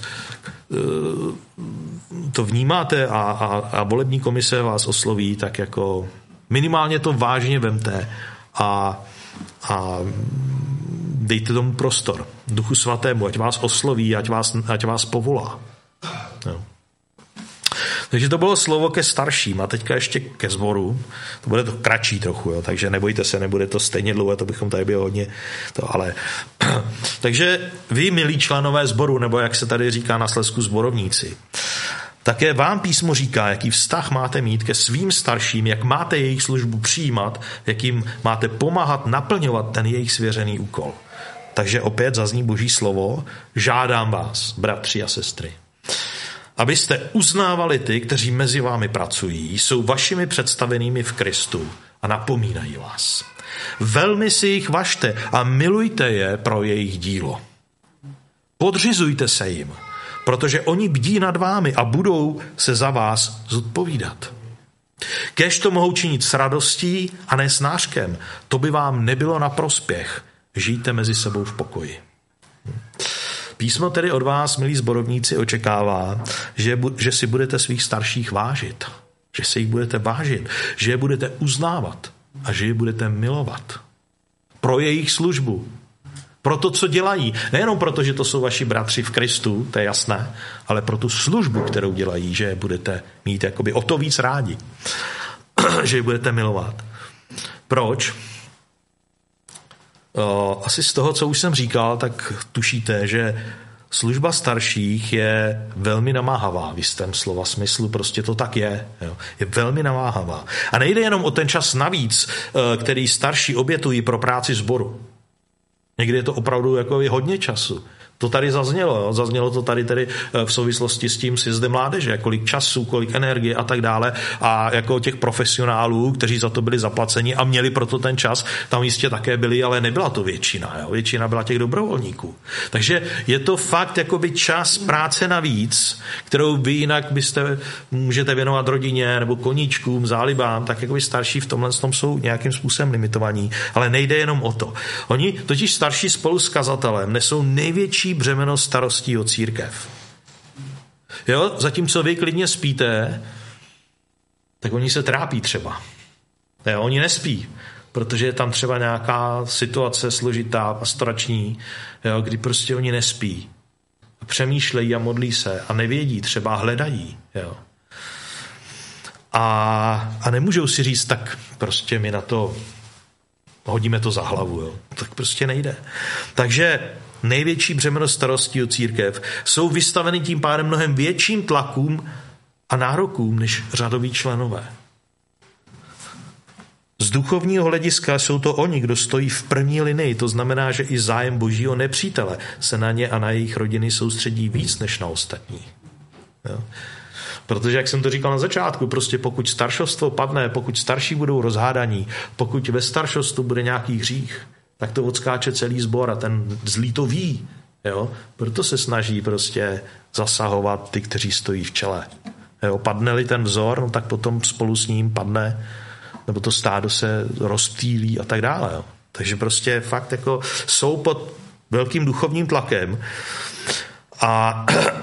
to vnímáte a, a, a volební komise vás osloví, tak jako minimálně to vážně vemte a, a dejte tomu prostor. Duchu svatému, ať vás osloví, ať vás, ať vás povolá. Jo. Takže to bylo slovo ke starším a teďka ještě ke sboru. To bude to kratší trochu, jo, takže nebojte se, nebude to stejně dlouhé, to bychom tady bylo hodně. To, ale... takže vy, milí členové sboru, nebo jak se tady říká na Slezsku zborovníci, také vám písmo říká, jaký vztah máte mít ke svým starším, jak máte jejich službu přijímat, jak jim máte pomáhat naplňovat ten jejich svěřený úkol. Takže opět zazní Boží slovo, žádám vás, bratři a sestry, abyste uznávali ty, kteří mezi vámi pracují, jsou vašimi představenými v Kristu a napomínají vás. Velmi si jich važte a milujte je pro jejich dílo. Podřizujte se jim, protože oni bdí nad vámi a budou se za vás zodpovídat. Kéž to mohou činit s radostí a ne s nářkem, to by vám nebylo na prospěch. Žijte mezi sebou v pokoji. Písmo tedy od vás, milí zborovníci, očekává, že, že si budete svých starších vážit, že si jich budete vážit, že je budete uznávat a že je budete milovat. Pro jejich službu, pro to, co dělají. Nejenom proto, že to jsou vaši bratři v Kristu, to je jasné, ale pro tu službu, kterou dělají, že je budete mít jakoby o to víc rádi, že je budete milovat. Proč? Asi z toho, co už jsem říkal, tak tušíte, že služba starších je velmi namáhavá v jistém slova smyslu, prostě to tak je. Jo. Je velmi namáhavá. A nejde jenom o ten čas navíc, který starší obětují pro práci sboru. Někdy je to opravdu jako hodně času. To tady zaznělo. Jo. Zaznělo to tady tedy v souvislosti s tím sjezdem mládeže. Kolik času, kolik energie a tak dále. A jako těch profesionálů, kteří za to byli zaplaceni a měli proto ten čas, tam jistě také byli, ale nebyla to většina. Jo. Většina byla těch dobrovolníků. Takže je to fakt jakoby čas práce navíc, kterou vy jinak byste můžete věnovat rodině nebo koníčkům, zálibám, tak jakoby starší v tomhle tom jsou nějakým způsobem limitovaní. Ale nejde jenom o to. Oni totiž starší spolu s kazatelem nesou největší břemeno starostí o církev. Jo, zatímco vy klidně spíte, tak oni se trápí třeba. Jo, oni nespí, protože je tam třeba nějaká situace složitá, pastorační, jo, kdy prostě oni nespí. A přemýšlejí a modlí se a nevědí, třeba hledají. Jo. A, a nemůžou si říct, tak prostě my na to hodíme to za hlavu. Jo. Tak prostě nejde. Takže největší břemeno starostí o církev jsou vystaveny tím pádem mnohem větším tlakům a nárokům než řadoví členové. Z duchovního hlediska jsou to oni, kdo stojí v první linii, to znamená, že i zájem božího nepřítele se na ně a na jejich rodiny soustředí víc než na ostatní. Jo. Protože, jak jsem to říkal na začátku, prostě pokud staršovstvo padne, pokud starší budou rozhádaní, pokud ve staršovstvu bude nějaký hřích, tak to odskáče celý sbor a ten zlý to ví. Jo? Proto se snaží prostě zasahovat ty, kteří stojí v čele. Jo? Padne-li ten vzor, no tak potom spolu s ním padne, nebo to stádo se rozptýlí a tak dále. Jo? Takže prostě fakt jako jsou pod velkým duchovním tlakem a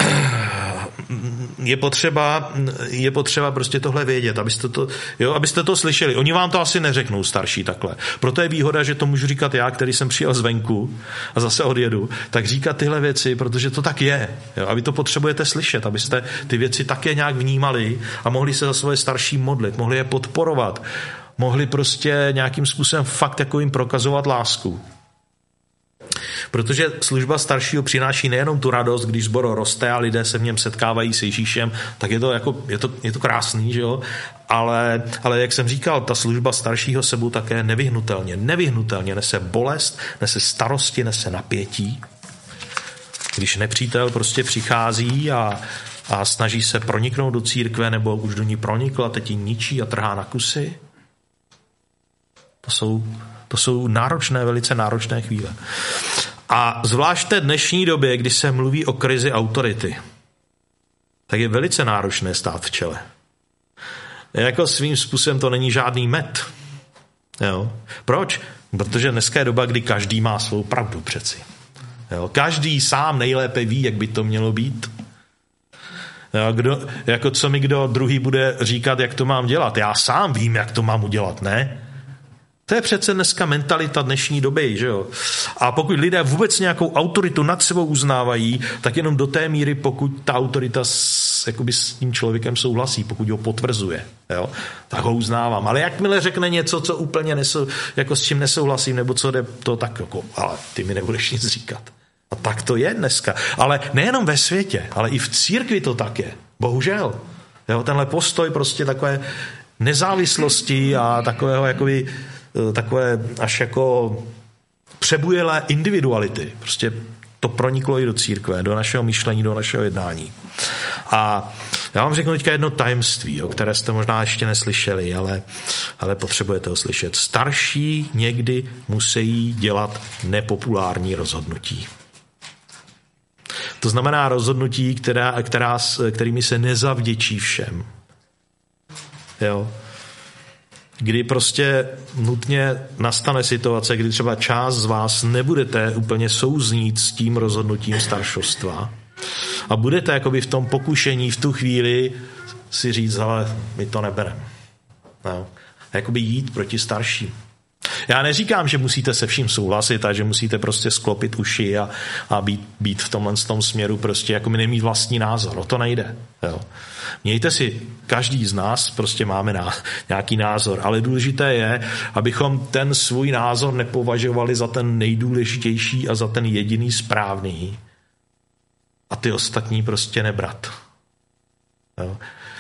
je potřeba, je potřeba prostě tohle vědět, abyste to, jo, abyste to slyšeli. Oni vám to asi neřeknou starší takhle. Proto je výhoda, že to můžu říkat já, který jsem přijel zvenku a zase odjedu, tak říkat tyhle věci, protože to tak je. Jo, a vy to potřebujete slyšet, abyste ty věci také nějak vnímali a mohli se za svoje starší modlit, mohli je podporovat, mohli prostě nějakým způsobem fakt jako jim prokazovat lásku. Protože služba staršího přináší nejenom tu radost, když sbor roste a lidé se v něm setkávají s Ježíšem, tak je to, jako, je to, je to krásný, že jo? Ale, ale jak jsem říkal, ta služba staršího sebou také nevyhnutelně, nevyhnutelně nese bolest, nese starosti, nese napětí. Když nepřítel prostě přichází a, a snaží se proniknout do církve, nebo už do ní pronikl a teď ji ničí a trhá na kusy. To jsou, to jsou náročné, velice náročné chvíle. A zvlášť v té dnešní době, kdy se mluví o krizi autority, tak je velice náročné stát v čele. Jako svým způsobem to není žádný med. Jo? Proč? Protože dneska je doba, kdy každý má svou pravdu přeci. Jo? Každý sám nejlépe ví, jak by to mělo být. Jo? Kdo, jako co mi kdo druhý bude říkat, jak to mám dělat. Já sám vím, jak to mám udělat, ne? To je přece dneska mentalita dnešní doby, že jo? A pokud lidé vůbec nějakou autoritu nad sebou uznávají, tak jenom do té míry, pokud ta autorita s, jakoby s tím člověkem souhlasí, pokud ho potvrzuje, jo? Tak ho uznávám. Ale jakmile řekne něco, co úplně nesou, jako s čím nesouhlasím, nebo co jde, to tak jako, ale ty mi nebudeš nic říkat. A tak to je dneska. Ale nejenom ve světě, ale i v církvi to tak je. Bohužel. Jo? Tenhle postoj prostě takové nezávislosti a takového jakoby takové až jako přebujelé individuality. Prostě to proniklo i do církve, do našeho myšlení, do našeho jednání. A já vám řeknu teďka jedno tajemství, o které jste možná ještě neslyšeli, ale, ale potřebujete ho slyšet. Starší někdy musí dělat nepopulární rozhodnutí. To znamená rozhodnutí, která, která, kterými se nezavděčí všem. Jo? Kdy prostě nutně nastane situace, kdy třeba část z vás nebudete úplně souznít s tím rozhodnutím staršostva a budete jakoby v tom pokušení v tu chvíli si říct, ale my to nebereme. No. Jakoby jít proti starším. Já neříkám, že musíte se vším souhlasit a že musíte prostě sklopit uši a, a být, být v tomhle tom směru prostě jako mi nemít vlastní názor. O to nejde. Jo. Mějte si, každý z nás prostě máme ná, nějaký názor, ale důležité je, abychom ten svůj názor nepovažovali za ten nejdůležitější a za ten jediný správný a ty ostatní prostě nebrat. Jo.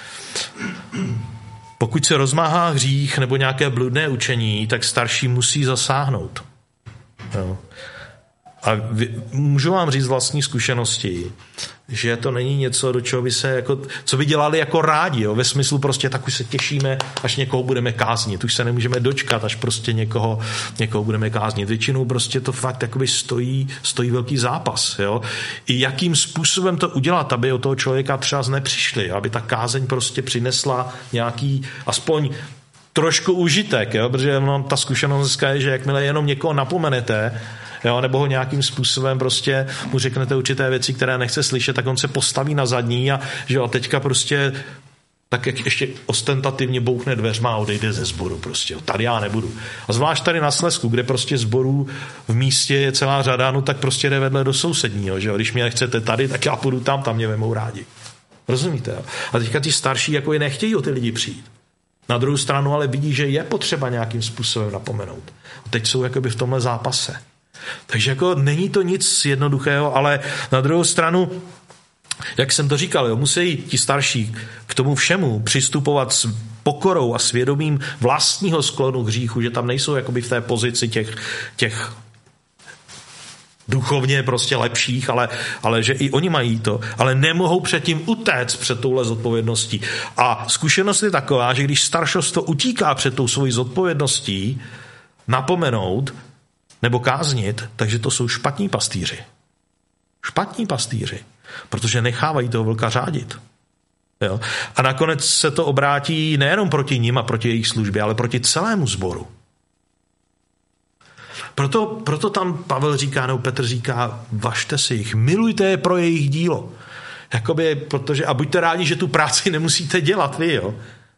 Pokud se rozmáhá hřích nebo nějaké bludné učení, tak starší musí zasáhnout. Jo. A můžu vám říct z vlastní zkušenosti, že to není něco, do čeho by se jako, co by dělali jako rádi, jo? Ve smyslu prostě tak už se těšíme, až někoho budeme káznit, už se nemůžeme dočkat, až prostě někoho, někoho budeme káznit. Většinou prostě to fakt jakoby stojí, stojí velký zápas. Jo? I jakým způsobem to udělat, aby od toho člověka třeba nepřišli, aby ta kázeň prostě přinesla nějaký aspoň trošku užitek, jo? Protože no, ta zkušenost je, že jakmile jenom někoho napomenete, jo, nebo ho nějakým způsobem prostě mu řeknete určité věci, které nechce slyšet, tak on se postaví na zadní a že jo, teďka prostě tak jak ještě ostentativně bouchne dveřma a odejde ze sboru prostě. Jo, tady já nebudu. A zvlášť tady na Slezsku, kde prostě sborů v místě je celá řada, no tak prostě jde vedle do sousedního, že jo. Když mě nechcete tady, tak já půjdu tam, tam mě vemou rádi. Rozumíte, jo? A teďka ti starší jako je nechtějí o ty lidi přijít. Na druhou stranu ale vidí, že je potřeba nějakým způsobem napomenout. A teď jsou jakoby v tomhle zápase. Takže jako není to nic jednoduchého, ale na druhou stranu, jak jsem to říkal, jo, musí ti starší k tomu všemu přistupovat s pokorou a svědomím vlastního sklonu k hříchu, že tam nejsou jakoby v té pozici těch, těch duchovně prostě lepších, ale, ale že i oni mají to, ale nemohou předtím utéct před touhle zodpovědností. A zkušenost je taková, že když staršostvo utíká před tou svojí zodpovědností napomenout nebo káznit, takže to jsou špatní pastýři. Špatní pastýři, protože nechávají toho vlka řádit. Jo? A nakonec se to obrátí nejenom proti nim a proti jejich službě, ale proti celému sboru. Proto, proto tam Pavel říká, nebo Petr říká, važte si jich, milujte je pro jejich dílo. Jakoby, protože, a buďte rádi, že tu práci nemusíte dělat vy. Jo?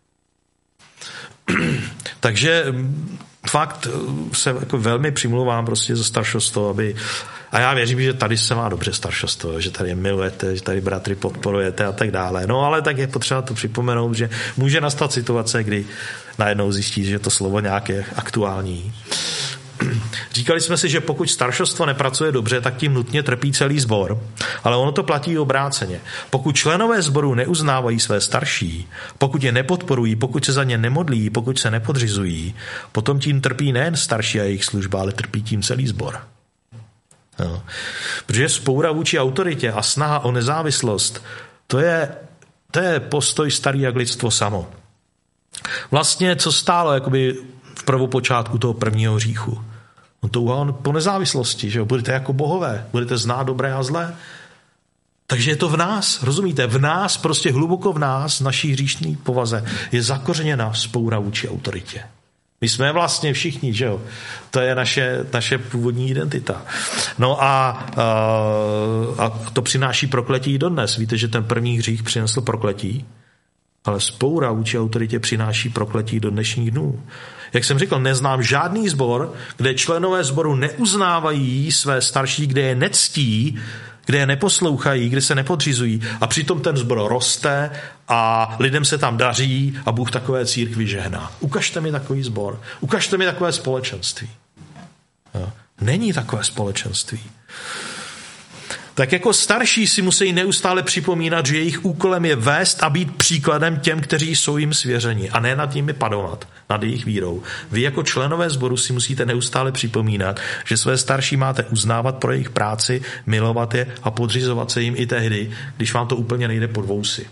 Takže fakt se jako velmi přimlouvám prostě za staršostvo, aby, a já věřím, že tady se má dobře staršostvo, že tady milujete, že tady bratry podporujete a tak dále. No ale tak je potřeba to připomenout, že může nastat situace, kdy najednou zjistíte, že to slovo nějak je aktuální. říkali jsme si, že pokud staršostvo nepracuje dobře, tak tím nutně trpí celý sbor, ale ono to platí obráceně. Pokud členové sboru neuznávají své starší, pokud je nepodporují, pokud se za ně nemodlí, pokud se nepodřizují, potom tím trpí nejen starší a jejich služba, ale trpí tím celý sbor. No. Protože vzpoura vůči autoritě a snaha o nezávislost, to je, to je postoj starý jak lidstvo samo. Vlastně, co stálo jakoby v prvopočátku toho prvního hříchu? No to uháno po nezávislosti, že jo? Budete jako bohové, budete znát dobré a zlé. Takže je to v nás, rozumíte? V nás, prostě hluboko v nás, naší hříšní povaze, je zakořeněna vzpoura vůči autoritě. My jsme vlastně všichni, že jo? To je naše, naše původní identita. No a, a, a to přináší prokletí dodnes. Víte, že ten první hřích přinesl prokletí? Ale vzpoura vůči autoritě přináší prokletí do dnešních dnů. Jak jsem říkal, neznám žádný sbor, kde členové sboru neuznávají své starší, kde je nectí, kde je neposlouchají, kde se nepodřizují a přitom ten sbor roste a lidem se tam daří a Bůh takové církvi žehná. Ukažte mi takový sbor. Ukažte mi takové společenství. Jo. Není takové společenství. Tak jako starší si musí neustále připomínat, že jejich úkolem je vést a být příkladem těm, kteří jsou jim svěřeni a ne nad nimi padovat, nad jejich vírou. Vy jako členové sboru si musíte neustále připomínat, že své starší máte uznávat pro jejich práci, milovat je a podřizovat se jim i tehdy, když vám to úplně nejde pod vousy.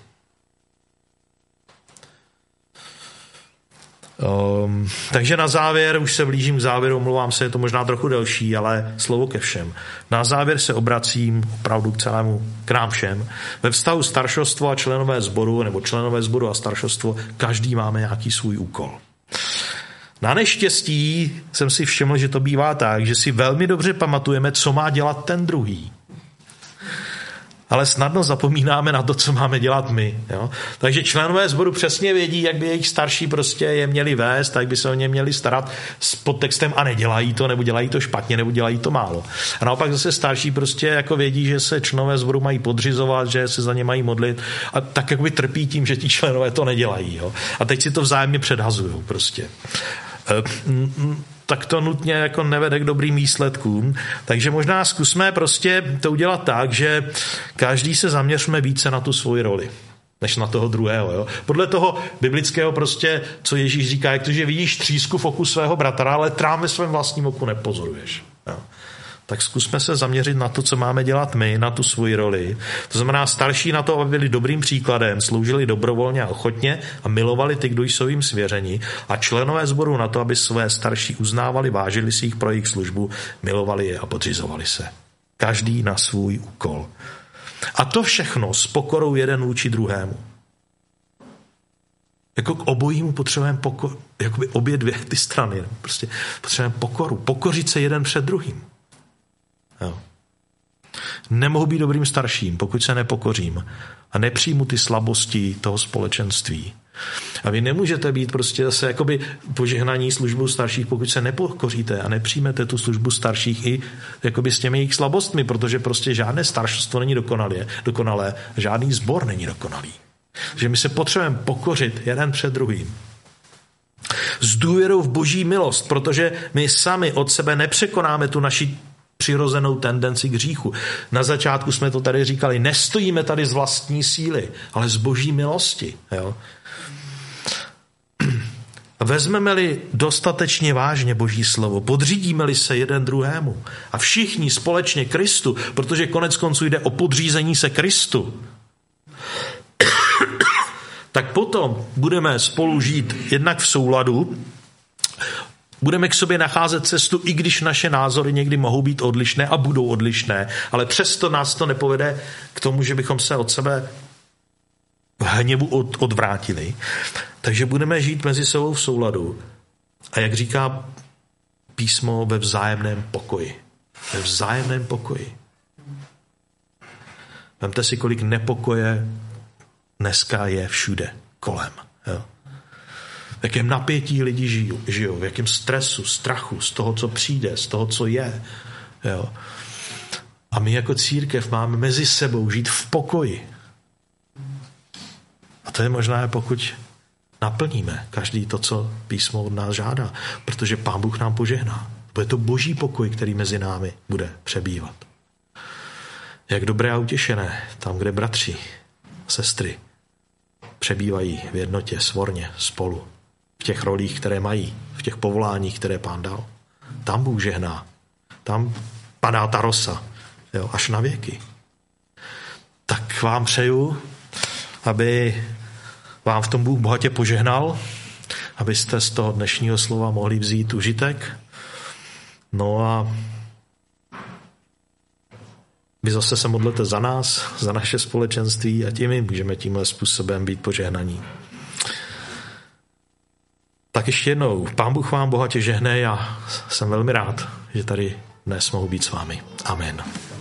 Um, takže na závěr, už se blížím k závěru, omlouvám se, je to možná trochu delší, ale slovo ke všem. Na závěr se obracím opravdu k celému, k nám všem. Ve vztahu staršostvo a členové sboru, nebo členové sboru a staršostvo, každý máme nějaký svůj úkol. Na neštěstí jsem si všiml, že to bývá tak, že si velmi dobře pamatujeme, co má dělat ten druhý. Ale snadno zapomínáme na to, co máme dělat my. Jo? Takže členové sboru přesně vědí, jak by jejich starší prostě je měli vést, jak by se o ně měli starat s podtextem a nedělají to, nebo dělají to špatně, nebo dělají to málo. A naopak zase starší prostě jako vědí, že se členové sboru mají podřizovat, že se za ně mají modlit a tak jak by trpí tím, že ti členové to nedělají. Jo? A teď si to vzájemně předhazují prostě. Tak to nutně jako nevede k dobrým výsledkům. Takže možná zkusme prostě to udělat tak, že každý se zaměřme více na tu svoji roli, než na toho druhého. Jo? Podle toho biblického prostě, co Ježíš říká, jak to, že vidíš třísku v oku svého bratra, ale trám ve svém vlastním oku nepozoruješ. Jo? Tak zkusme se zaměřit na to, co máme dělat my, na tu svoji roli. To znamená starší na to, aby byli dobrým příkladem, sloužili dobrovolně a ochotně a milovali ty, kdo jsou jim svěřeni, a členové sboru na to, aby své starší uznávali, vážili si jich pro jejich službu, milovali je a podřizovali se. Každý na svůj úkol. A to všechno s pokorou jeden vůči druhému. Jako k obojímu potřebujeme pokoru, jakoby obě dvě ty strany. Prostě potřebujeme pokoru, pokořit se jeden před druhým. Jo. Nemohu být dobrým starším, pokud se nepokořím a nepřijmu ty slabosti toho společenství. A vy nemůžete být prostě zase jakoby požehnaní službou starších, pokud se nepokoříte a nepřijmete tu službu starších i jakoby s těmi jejich slabostmi, protože prostě žádné staršstvo není dokonalé, dokonalé, žádný sbor není dokonalý. Takže my se potřebujeme pokořit jeden před druhým. S důvěrou v boží milost, protože my sami od sebe nepřekonáme tu naši přirozenou tendenci k hříchu. Na začátku jsme to tady říkali, nestojíme tady z vlastní síly, ale z boží milosti. Jo? Vezmeme-li dostatečně vážně boží slovo, podřídíme-li se jeden druhému a všichni společně Kristu, protože konec konců jde o podřízení se Kristu, tak potom budeme spolu žít jednak v souladu, budeme k sobě nacházet cestu, i když naše názory někdy mohou být odlišné a budou odlišné, ale přesto nás to nepovede k tomu, že bychom se od sebe v hněvu od, odvrátili. Takže budeme žít mezi sebou v souladu. A jak říká písmo, ve vzájemném pokoji. Ve vzájemném pokoji. Vemte si, kolik nepokoje dneska je všude kolem. Jo. V jakém napětí lidi žijou, žijou, v jakém stresu, strachu, z toho, co přijde, z toho, co je. Jo. A my jako církev máme mezi sebou žít v pokoji. A to je možná, pokud naplníme každý to, co písmo od nás žádá, protože Pán Bůh nám požehná. Bude to boží pokoj, který mezi námi bude přebývat. Jak dobré a utěšené, tam, kde bratři, sestry přebývají v jednotě, svorně, spolu, v těch rolích, které mají, v těch povoláních, které Pán dal. Tam Bůh žehná. Tam padá ta rosa, jo, až na věky. Tak vám přeju, aby vám v tom Bůh bohatě požehnal, abyste z toho dnešního slova mohli vzít užitek. No a vy zase se modlete za nás, za naše společenství a tím my můžeme tímhle způsobem být požehnaní. Tak ještě jednou, Pán Bůh vám bohatě žehne a jsem velmi rád, že tady dnes mohu být s vámi. Amen.